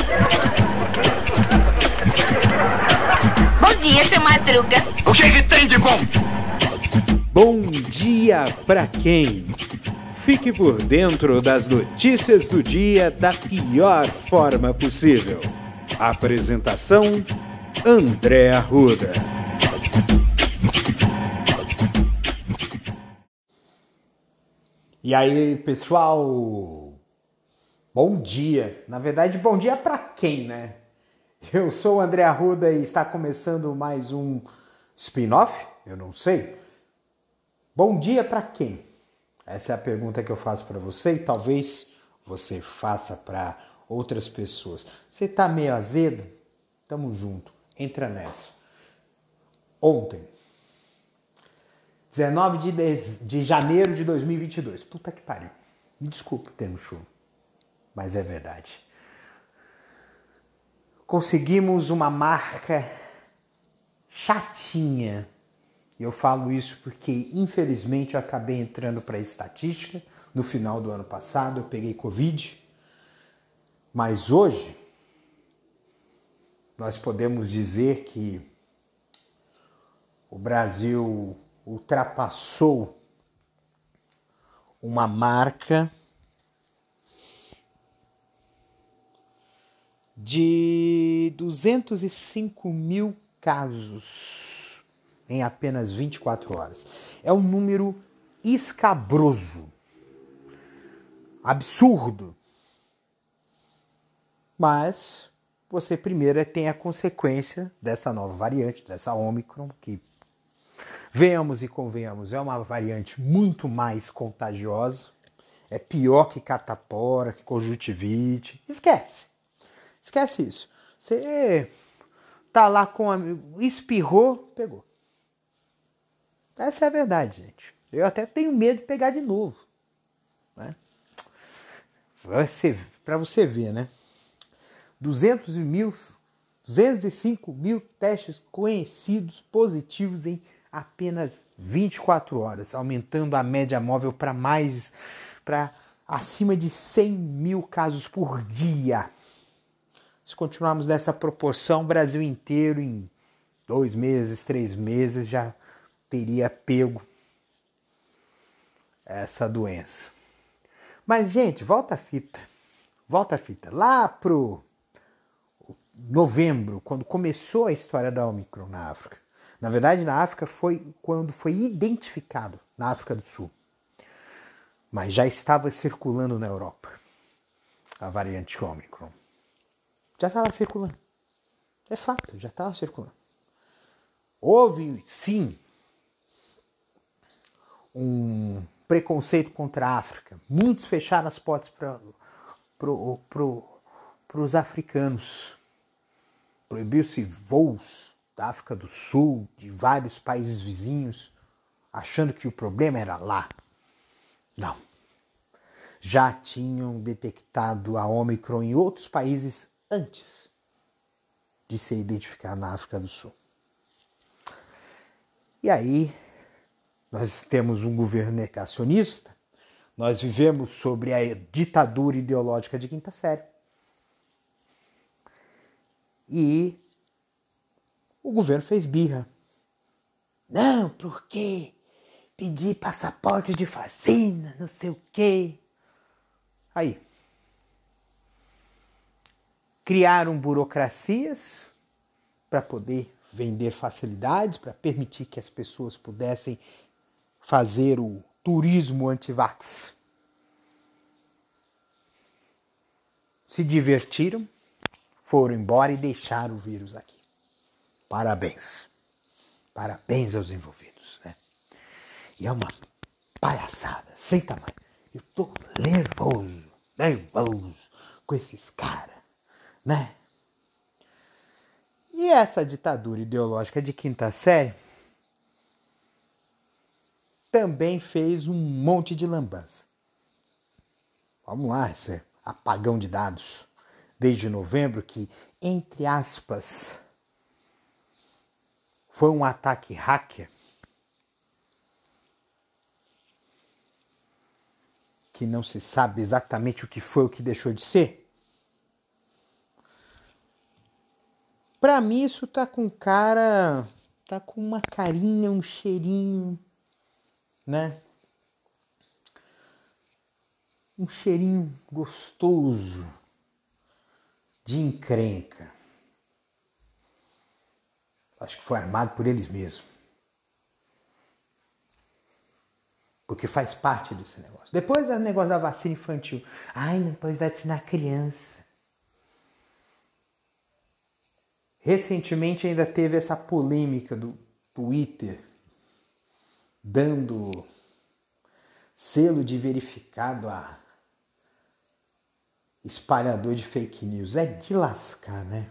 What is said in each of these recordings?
Bom dia, seu Madruga. O que tem de bom? Bom dia pra quem? Fique por dentro das notícias do dia da pior forma possível. Apresentação: André Arruda. E aí, pessoal? Bom dia. Na verdade, bom dia pra quem, né? Eu sou o André Arruda e está começando mais um spin-off? Eu não sei. Bom dia pra quem? Essa é a pergunta que eu faço para você e talvez você faça para outras pessoas. Você tá meio azedo? Tamo junto. Entra nessa. Ontem, 19 de janeiro de 2022. Puta que pariu. Me desculpa o termo chulo, mas é verdade. Conseguimos uma marca chatinha. E eu falo isso porque, infelizmente, eu acabei entrando para a estatística no final do ano passado. Eu peguei Covid. Mas hoje, nós podemos dizer que o Brasil ultrapassou uma marca de 205 mil casos em apenas 24 horas. É um número escabroso, absurdo. Mas você primeiro tem a consequência dessa nova variante, dessa Ômicron, que, venhamos e convenhamos, é uma variante muito mais contagiosa, é pior que catapora, que conjuntivite. Esquece isso. Você tá lá com espirrou, pegou. Essa é a verdade, gente. Eu até tenho medo de pegar de novo, né? Para você ver, né? 205 mil testes conhecidos positivos em apenas 24 horas, aumentando a média móvel para acima de 100 mil casos por dia. Se continuarmos nessa proporção, o Brasil inteiro em 2 meses, 3 meses já teria pego essa doença. Mas, gente, volta a fita. Lá pro novembro, quando começou a história da Ômicron na África. Na verdade, na África foi quando foi identificado, na África do Sul. Mas já estava circulando na Europa, a variante Ômicron. Já estava circulando. É fato, já estava circulando. Houve, sim, um preconceito contra a África. Muitos fecharam as portas para os africanos. Proibiu-se voos da África do Sul, de vários países vizinhos, achando que o problema era lá. Não. Já tinham detectado a Ômicron em outros países antes de ser identificada na África do Sul. E aí, nós temos um governo negacionista, nós vivemos sobre a ditadura ideológica de quinta série. E o governo fez birra. Não, porque pedir passaporte de vacina, não sei o quê. Aí, criaram burocracias para poder vender facilidades, para permitir que as pessoas pudessem fazer o turismo anti-vax. Se divertiram, foram embora e deixaram o vírus aqui. Parabéns. Parabéns aos envolvidos, né? E é uma palhaçada sem tamanho. Eu tô nervoso com esses caras, né? E essa ditadura ideológica de quinta série também fez um monte de lambança. Vamos lá, esse apagão de dados. Desde novembro que, entre aspas, foi um ataque hacker que não se sabe exatamente o que foi, o que deixou de ser. Pra mim isso tá com cara, tá com uma carinha, um cheirinho, né? Um cheirinho gostoso de encrenca. Acho que foi armado por eles mesmos. Porque faz parte desse negócio. Depois é o negócio da vacina infantil. Ai, não pode vacinar criança. Recentemente ainda teve essa polêmica do Twitter dando selo de verificado a espalhador de fake news. É de lascar, né?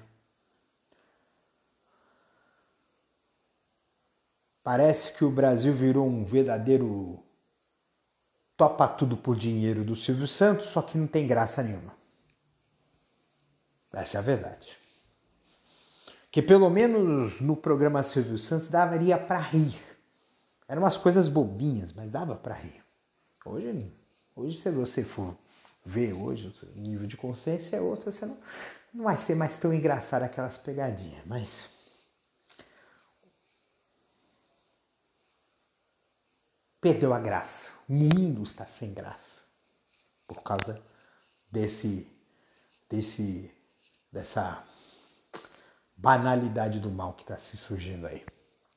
Parece que o Brasil virou um verdadeiro topa tudo por dinheiro do Silvio Santos, só que não tem graça nenhuma. Essa é a verdade. Que pelo menos no programa Silvio Santos daria para rir. Eram umas coisas bobinhas, mas dava para rir. Hoje se você for ver hoje, o nível de consciência é outro, você não vai ser mais tão engraçado aquelas pegadinhas, mas perdeu a graça. O mundo está sem graça por causa dessa banalidade do mal que está se surgindo aí.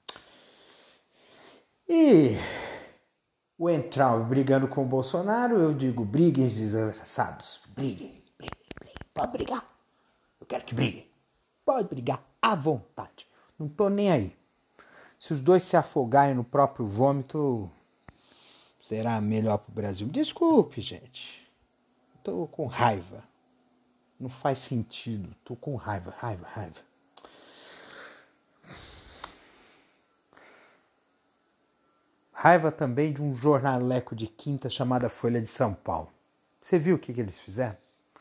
E o Entraub brigando com o Bolsonaro, eu digo, briguem, desgraçados. Briguem. Pode brigar. Eu quero que briguem. Pode brigar à vontade. Não tô nem aí. Se os dois se afogarem no próprio vômito, será melhor pro Brasil. Desculpe, gente. Tô com raiva. Não faz sentido. Tô com raiva. Raiva também de um jornaleco de quinta chamada Folha de São Paulo. Você viu o que eles fizeram?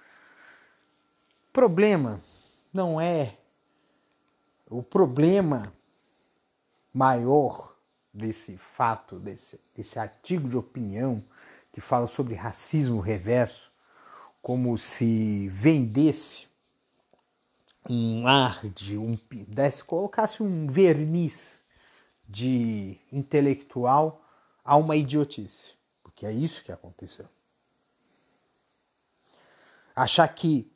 O problema não é... O problema maior desse fato, desse artigo de opinião que fala sobre racismo reverso, como se vendesse um ar colocasse um verniz de intelectual a uma idiotice. Porque é isso que aconteceu. Achar que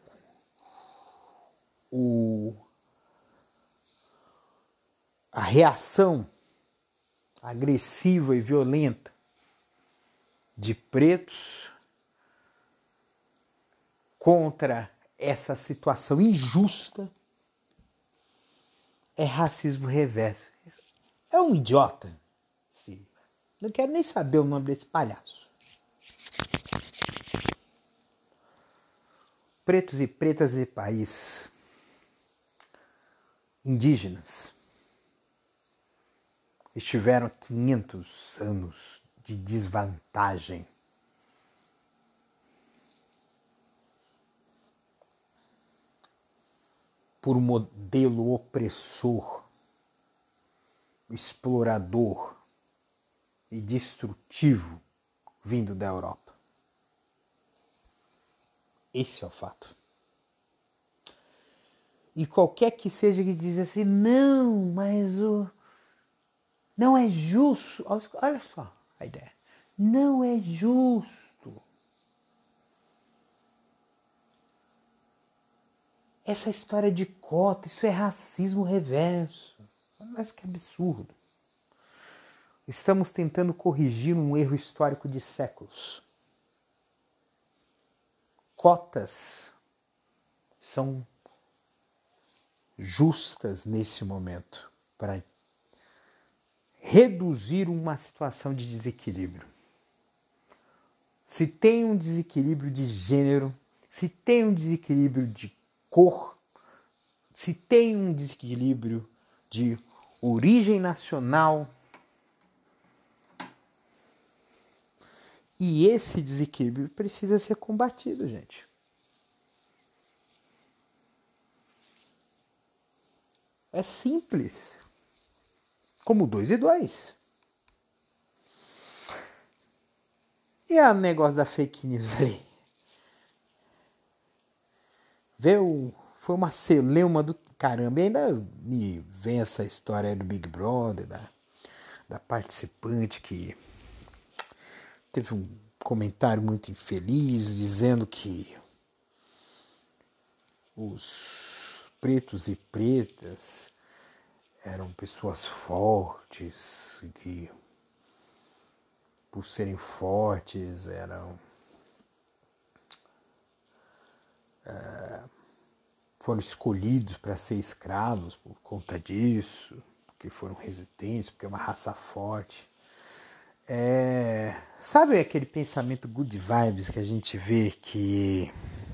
a reação agressiva e violenta de pretos contra essa situação injusta é racismo reverso. É um idiota. Sim. Não quero nem saber o nome desse palhaço. Pretos e pretas de país indígenas estiveram 500 anos de desvantagem. Por um modelo opressor, explorador e destrutivo vindo da Europa. Esse é o fato. E qualquer que seja que diz assim, não, mas não é justo. Olha só a ideia. Não é justo. Essa história de cota, isso é racismo reverso. Mas que absurdo. Estamos tentando corrigir um erro histórico de séculos. Cotas são justas nesse momento para reduzir uma situação de desequilíbrio. Se tem um desequilíbrio de gênero, se tem um desequilíbrio de cor, se tem um desequilíbrio de origem nacional, e esse desequilíbrio precisa ser combatido, gente. É simples. Como 2 e 2. E o negócio da fake news ali? Vê o foi uma celeuma do caramba. E ainda me vem essa história aí do Big Brother, da participante que teve um comentário muito infeliz dizendo que os pretos e pretas eram pessoas fortes, que por serem fortes foram escolhidos para ser escravos por conta disso, porque foram resistentes, porque é uma raça forte. Sabe aquele pensamento good vibes que a gente vê que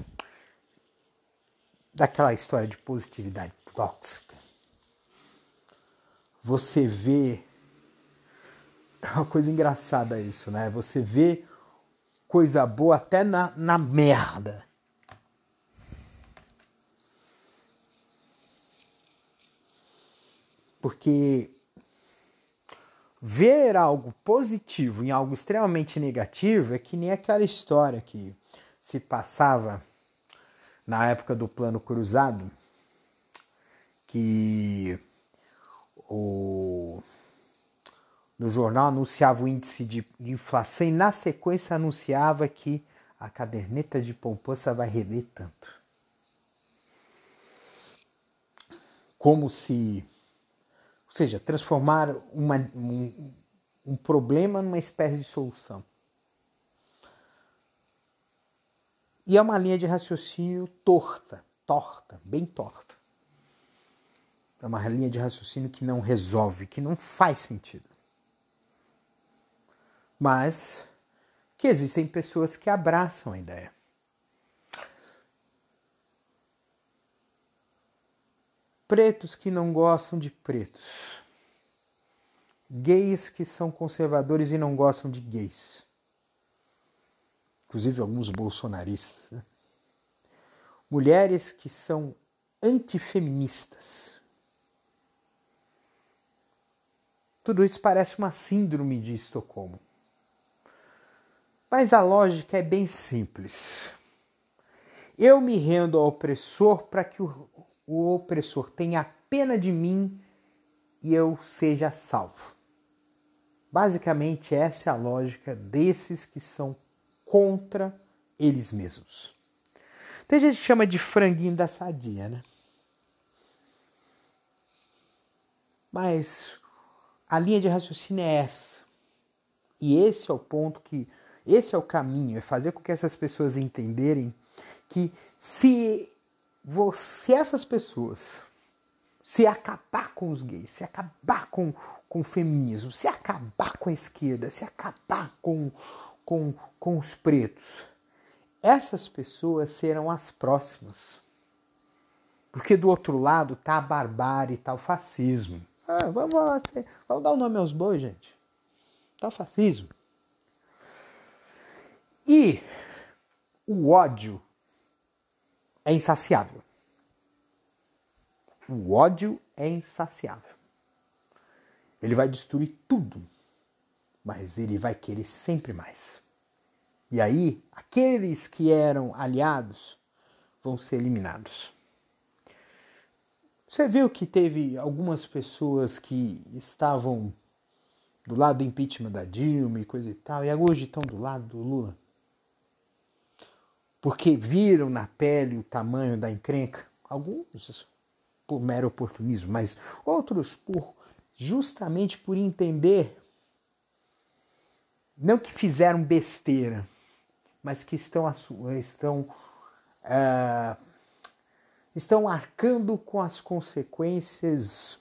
daquela história de positividade tóxica? Você vê, é uma coisa engraçada isso, né? Você vê coisa boa até na merda. Porque ver algo positivo em algo extremamente negativo é que nem aquela história que se passava na época do Plano Cruzado, que no jornal anunciava o índice de inflação e na sequência anunciava que a caderneta de poupança vai render tanto. Como se... Ou seja, transformar um problema numa espécie de solução. E é uma linha de raciocínio torta, bem torta. É uma linha de raciocínio que não resolve, que não faz sentido. Mas que existem pessoas que abraçam a ideia. Pretos que não gostam de pretos. Gays que são conservadores e não gostam de gays. Inclusive alguns bolsonaristas. Né? Mulheres que são antifeministas. Tudo isso parece uma síndrome de Estocolmo. Mas a lógica é bem simples. Eu me rendo ao opressor para que o opressor tenha pena de mim e eu seja salvo. Basicamente, essa é a lógica desses que são contra eles mesmos. Tem gente que chama de franguinho da sadia, né? Mas a linha de raciocínio é essa. E esse é o ponto esse é o caminho, é fazer com que essas pessoas entenderem que se essas pessoas se acabar com os gays, se acabar com o feminismo, se acabar com a esquerda, se acabar com os pretos, essas pessoas serão as próximas. Porque do outro lado está a barbárie, está o fascismo. Vamos dar o nome aos bois, gente. Está o fascismo. E o ódio é insaciável. O ódio é insaciável. Ele vai destruir tudo, mas ele vai querer sempre mais. E aí, aqueles que eram aliados vão ser eliminados. Você viu que teve algumas pessoas que estavam do lado do impeachment da Dilma e coisa e tal, e hoje estão do lado do Lula? Porque viram na pele o tamanho da encrenca. Alguns por mero oportunismo, mas outros justamente por entender, não que fizeram besteira, mas que estão arcando com as consequências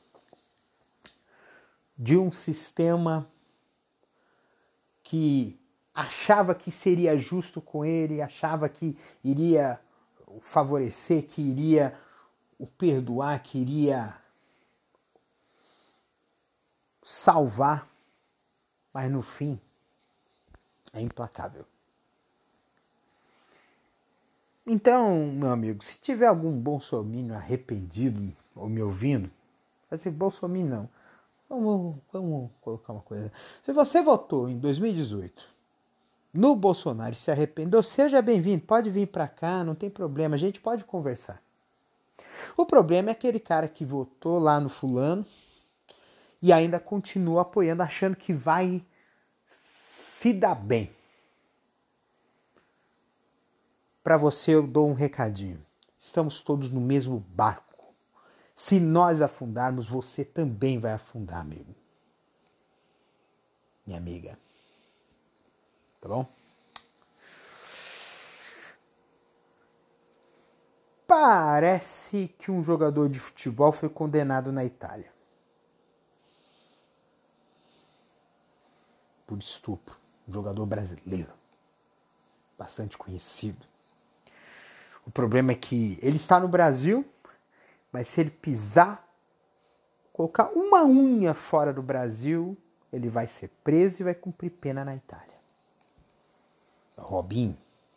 de um sistema que achava que seria justo com ele, achava que iria o favorecer, que iria o perdoar, que iria salvar, mas no fim é implacável. Então, meu amigo, se tiver algum bolsominion arrependido ou me ouvindo, vai dizer, bolsominion não. Vamos colocar uma coisa. Se você votou em 2018 no Bolsonaro e se arrependeu, seja bem-vindo, pode vir para cá, não tem problema, a gente pode conversar. O problema é aquele cara que votou lá no fulano e ainda continua apoiando, achando que vai se dar bem. Para você eu dou um recadinho. Estamos todos no mesmo barco. Se nós afundarmos, você também vai afundar, amigo. Minha amiga. Tá bom? Parece que um jogador de futebol foi condenado na Itália por estupro. Um jogador brasileiro. Bastante conhecido. O problema é que ele está no Brasil, mas se ele pisar, colocar uma unha fora do Brasil, ele vai ser preso e vai cumprir pena na Itália. Robinho.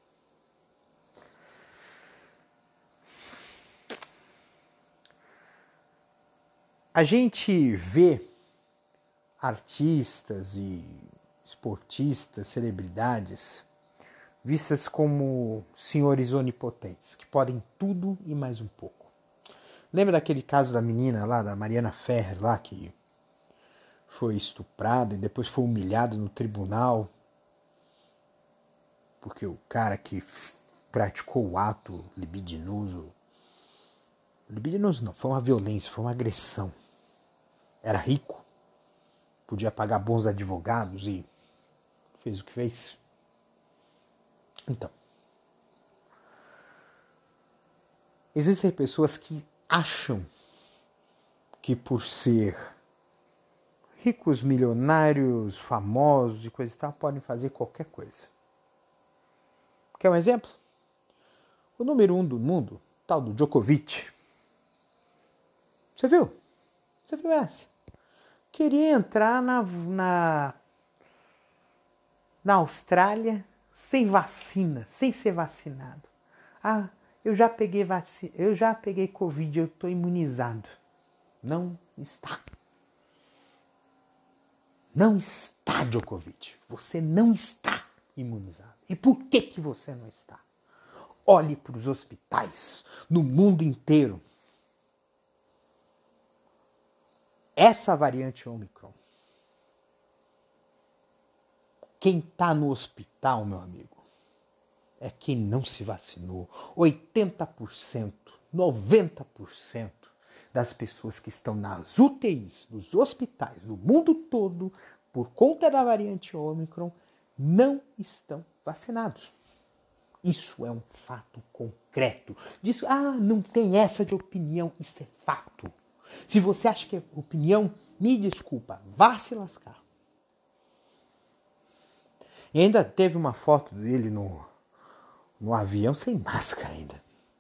A gente vê artistas e esportistas, celebridades, vistas como senhores onipotentes, que podem tudo e mais um pouco. Lembra daquele caso da menina lá, da Mariana Ferrer, lá, que foi estuprada e depois foi humilhada no tribunal, porque o cara que praticou o ato libidinoso não, foi uma violência, foi uma agressão. Era rico, podia pagar bons advogados e fez o que fez. Então, existem pessoas que acham que por ser ricos, milionários, famosos e coisa e tal, podem fazer qualquer coisa. Quer um exemplo? O número 1 do mundo, tal do Djokovic. Você viu? Você viu essa? Queria entrar na Austrália sem vacina, sem ser vacinado. Ah, eu já peguei vacina, eu já peguei Covid, eu estou imunizado. Não está. Não está, Djokovic. Você não está imunizado. E por que você não está? Olhe para os hospitais no mundo inteiro. Essa variante Ômicron. Quem está no hospital, meu amigo, é quem não se vacinou. 80%, 90% das pessoas que estão nas UTIs, nos hospitais, no mundo todo, por conta da variante Ômicron, não estão vacinados. Isso é um fato concreto. Disso, não tem essa de opinião, isso é fato. Se você acha que é opinião, me desculpa, vá se lascar. E ainda teve uma foto dele no avião sem máscara ainda.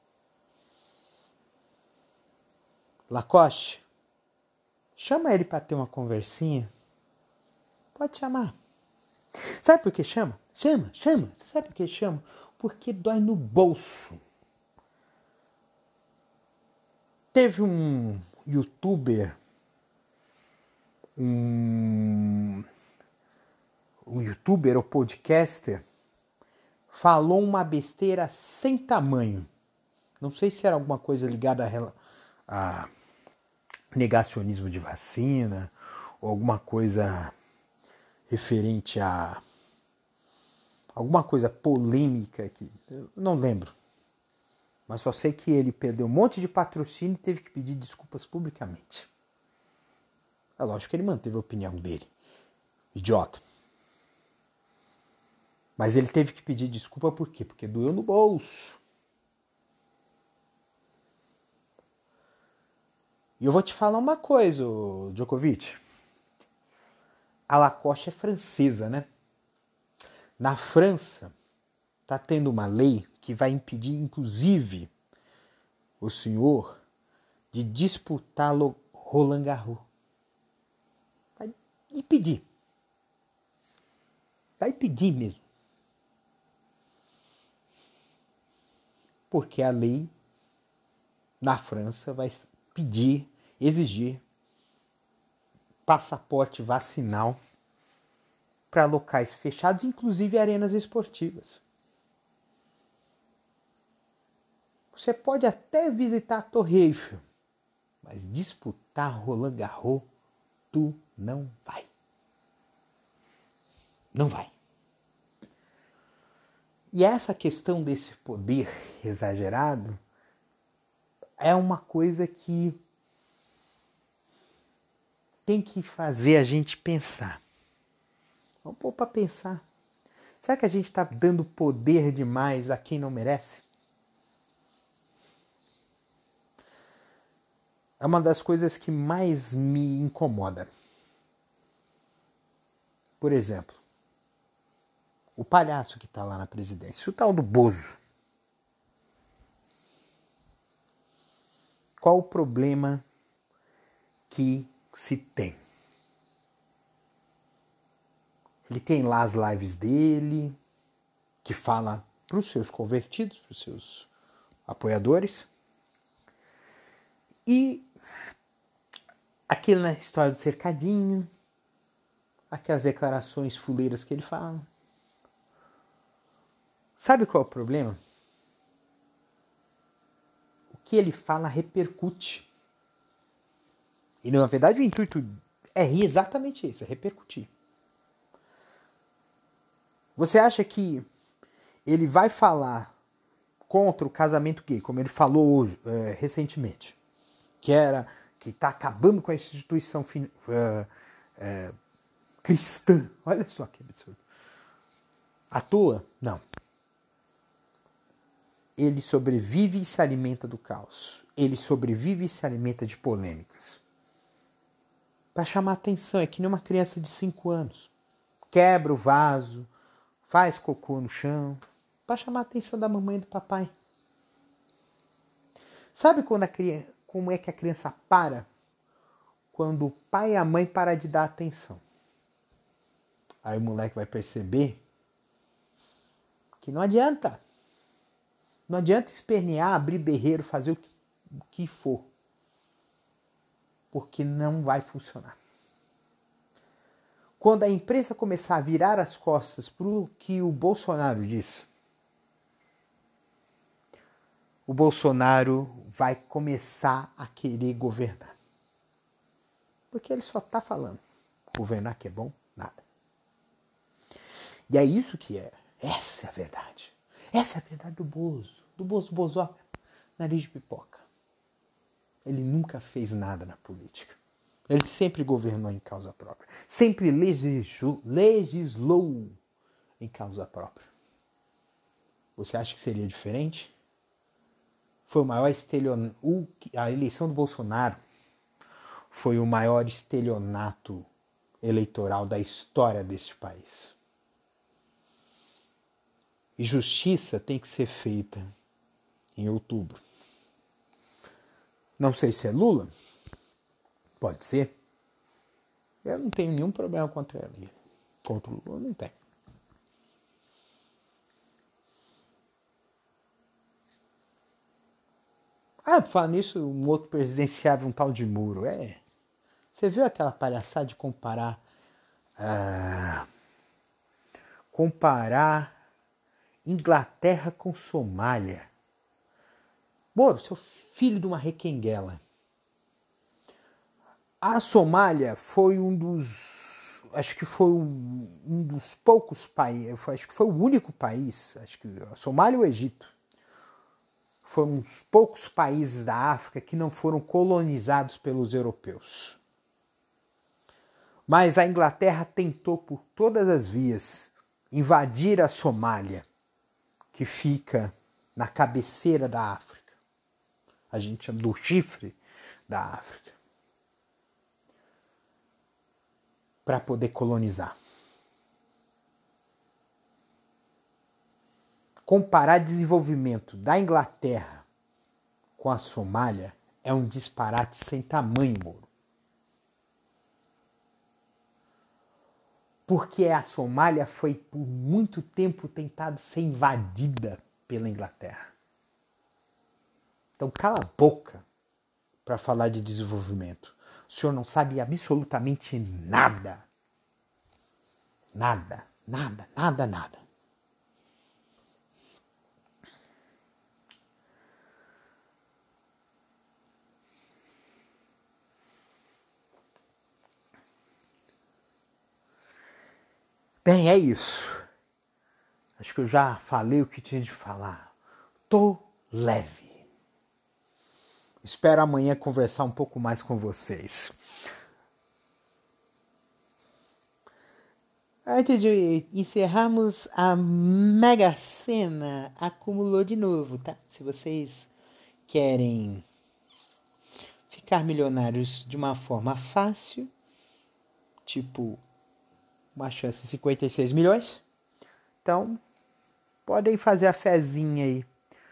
Lacoste, chama ele para ter uma conversinha. Pode chamar. Sabe por que chama? Chama. Você sabe por que chama? Porque dói no bolso. Teve um youtuber, um youtuber ou podcaster, falou uma besteira sem tamanho. Não sei se era alguma coisa ligada a negacionismo de vacina ou alguma coisa referente a alguma coisa polêmica que eu não lembro. Mas só sei que ele perdeu um monte de patrocínio e teve que pedir desculpas publicamente. É lógico que ele manteve a opinião dele. Idiota. Mas ele teve que pedir desculpa por quê? Porque doeu no bolso. E eu vou te falar uma coisa, Djokovic. A Lacoste é francesa, né? Na França, está tendo uma lei que vai impedir, inclusive, o senhor de disputar Roland Garros. Vai impedir. Vai impedir mesmo. Porque a lei na França vai exigir passaporte vacinal para locais fechados, inclusive arenas esportivas. Você pode até visitar a Torre Eiffel, mas disputar Roland Garros, tu não vai. Não vai. E essa questão desse poder exagerado é uma coisa que tem que fazer a gente pensar. Vamos pôr para pensar. Será que a gente está dando poder demais a quem não merece? É uma das coisas que mais me incomoda. Por exemplo, o palhaço que está lá na presidência, o tal do Bozo. Qual o problema que se tem? Ele tem lá as lives dele, que fala para os seus convertidos, para os seus apoiadores. E aquela história do cercadinho, aquelas declarações fuleiras que ele fala. Sabe qual é o problema? O que ele fala repercute. E na verdade o intuito é exatamente esse, é repercutir. Você acha que ele vai falar contra o casamento gay, como ele falou hoje, recentemente, que está acabando com a instituição cristã? Olha só que absurdo. À toa? Não. Ele sobrevive e se alimenta do caos. Ele sobrevive e se alimenta de polêmicas. Para chamar atenção, é que nem uma criança de 5 anos. Quebra o vaso, faz cocô no chão, para chamar a atenção da mamãe e do papai. Sabe como é que a criança para? Quando o pai e a mãe param de dar atenção. Aí o moleque vai perceber que não adianta. Não adianta espernear, abrir berreiro, fazer o que for. Porque não vai funcionar. Quando a imprensa começar a virar as costas para o que o Bolsonaro disse, o Bolsonaro vai começar a querer governar. Porque ele só está falando. Governar que é bom, nada. E é isso que é. Essa é a verdade. Essa é a verdade do Bozo. Do Bozoca. Nariz de pipoca. Ele nunca fez nada na política. Ele sempre governou em causa própria. Sempre legislou em causa própria. Você acha que seria diferente? Foi o maior estelionato. A eleição do Bolsonaro foi o maior estelionato eleitoral da história deste país. E justiça tem que ser feita em outubro. Não sei se é Lula. Pode ser. Eu não tenho nenhum problema contra ele. Contra o Lula, não tenho. Por falar nisso, um outro presidenciável, um tal de Muro. Você viu aquela palhaçada de comparar Inglaterra com Somália? Moro, seu filho de uma requenguela. A Somália foi acho que foi um dos poucos países, acho que foi o único país, acho que a Somália e o Egito, foram uns poucos países da África que não foram colonizados pelos europeus. Mas a Inglaterra tentou por todas as vias invadir a Somália, que fica na cabeceira da África. A gente chama do chifre da África. Para poder colonizar. Comparar desenvolvimento da Inglaterra com a Somália é um disparate sem tamanho, Moro. Porque a Somália foi por muito tempo tentada ser invadida pela Inglaterra. Então cala a boca para falar de desenvolvimento. O senhor não sabe absolutamente nada. Nada, nada, nada, nada. Bem, é isso. Acho que eu já falei o que tinha de falar. Tô leve. Espero amanhã conversar um pouco mais com vocês. Antes de encerrarmos, a Mega Sena acumulou de novo, tá? Se vocês querem ficar milionários de uma forma fácil, tipo uma chance de 56 milhões, então podem fazer a fezinha aí.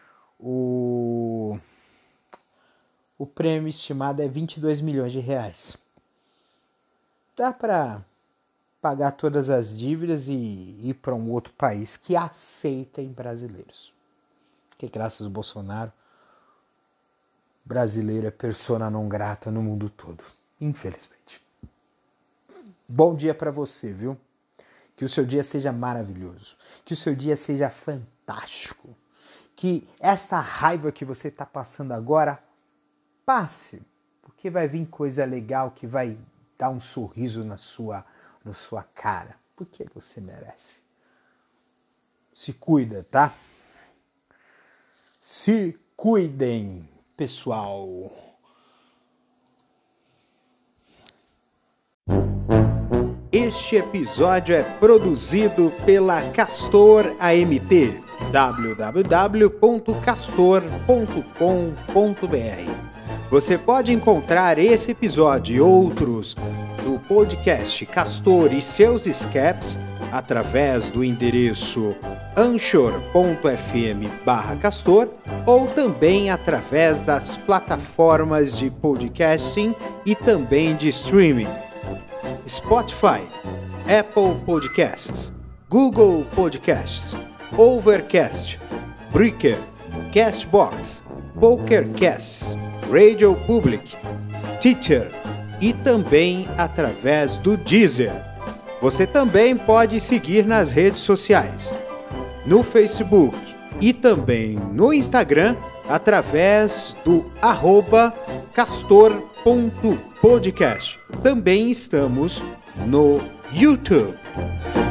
O prêmio estimado é 22 milhões de reais. Dá para pagar todas as dívidas e ir para um outro país que aceitem brasileiros. Porque graças ao Bolsonaro, brasileiro é persona não grata no mundo todo. Infelizmente. Bom dia para você, viu? Que o seu dia seja maravilhoso. Que o seu dia seja fantástico. Que essa raiva que você está passando agora passe. Porque vai vir coisa legal que vai dar um sorriso na sua cara, porque você merece. Se cuida, tá? Se cuidem, pessoal. Este episódio é produzido pela Castor AMT, www.castor.com.br. Você pode encontrar esse episódio e outros do podcast Castor e seus escapes através do endereço anchor.fm/castor ou também através das plataformas de podcasting e também de streaming. Spotify, Apple Podcasts, Google Podcasts, Overcast, Breaker, Castbox, PokerCasts, Radio Public, Stitcher e também através do Deezer. Você também pode seguir nas redes sociais, no Facebook e também no Instagram através do @castor.podcast. Também estamos no YouTube.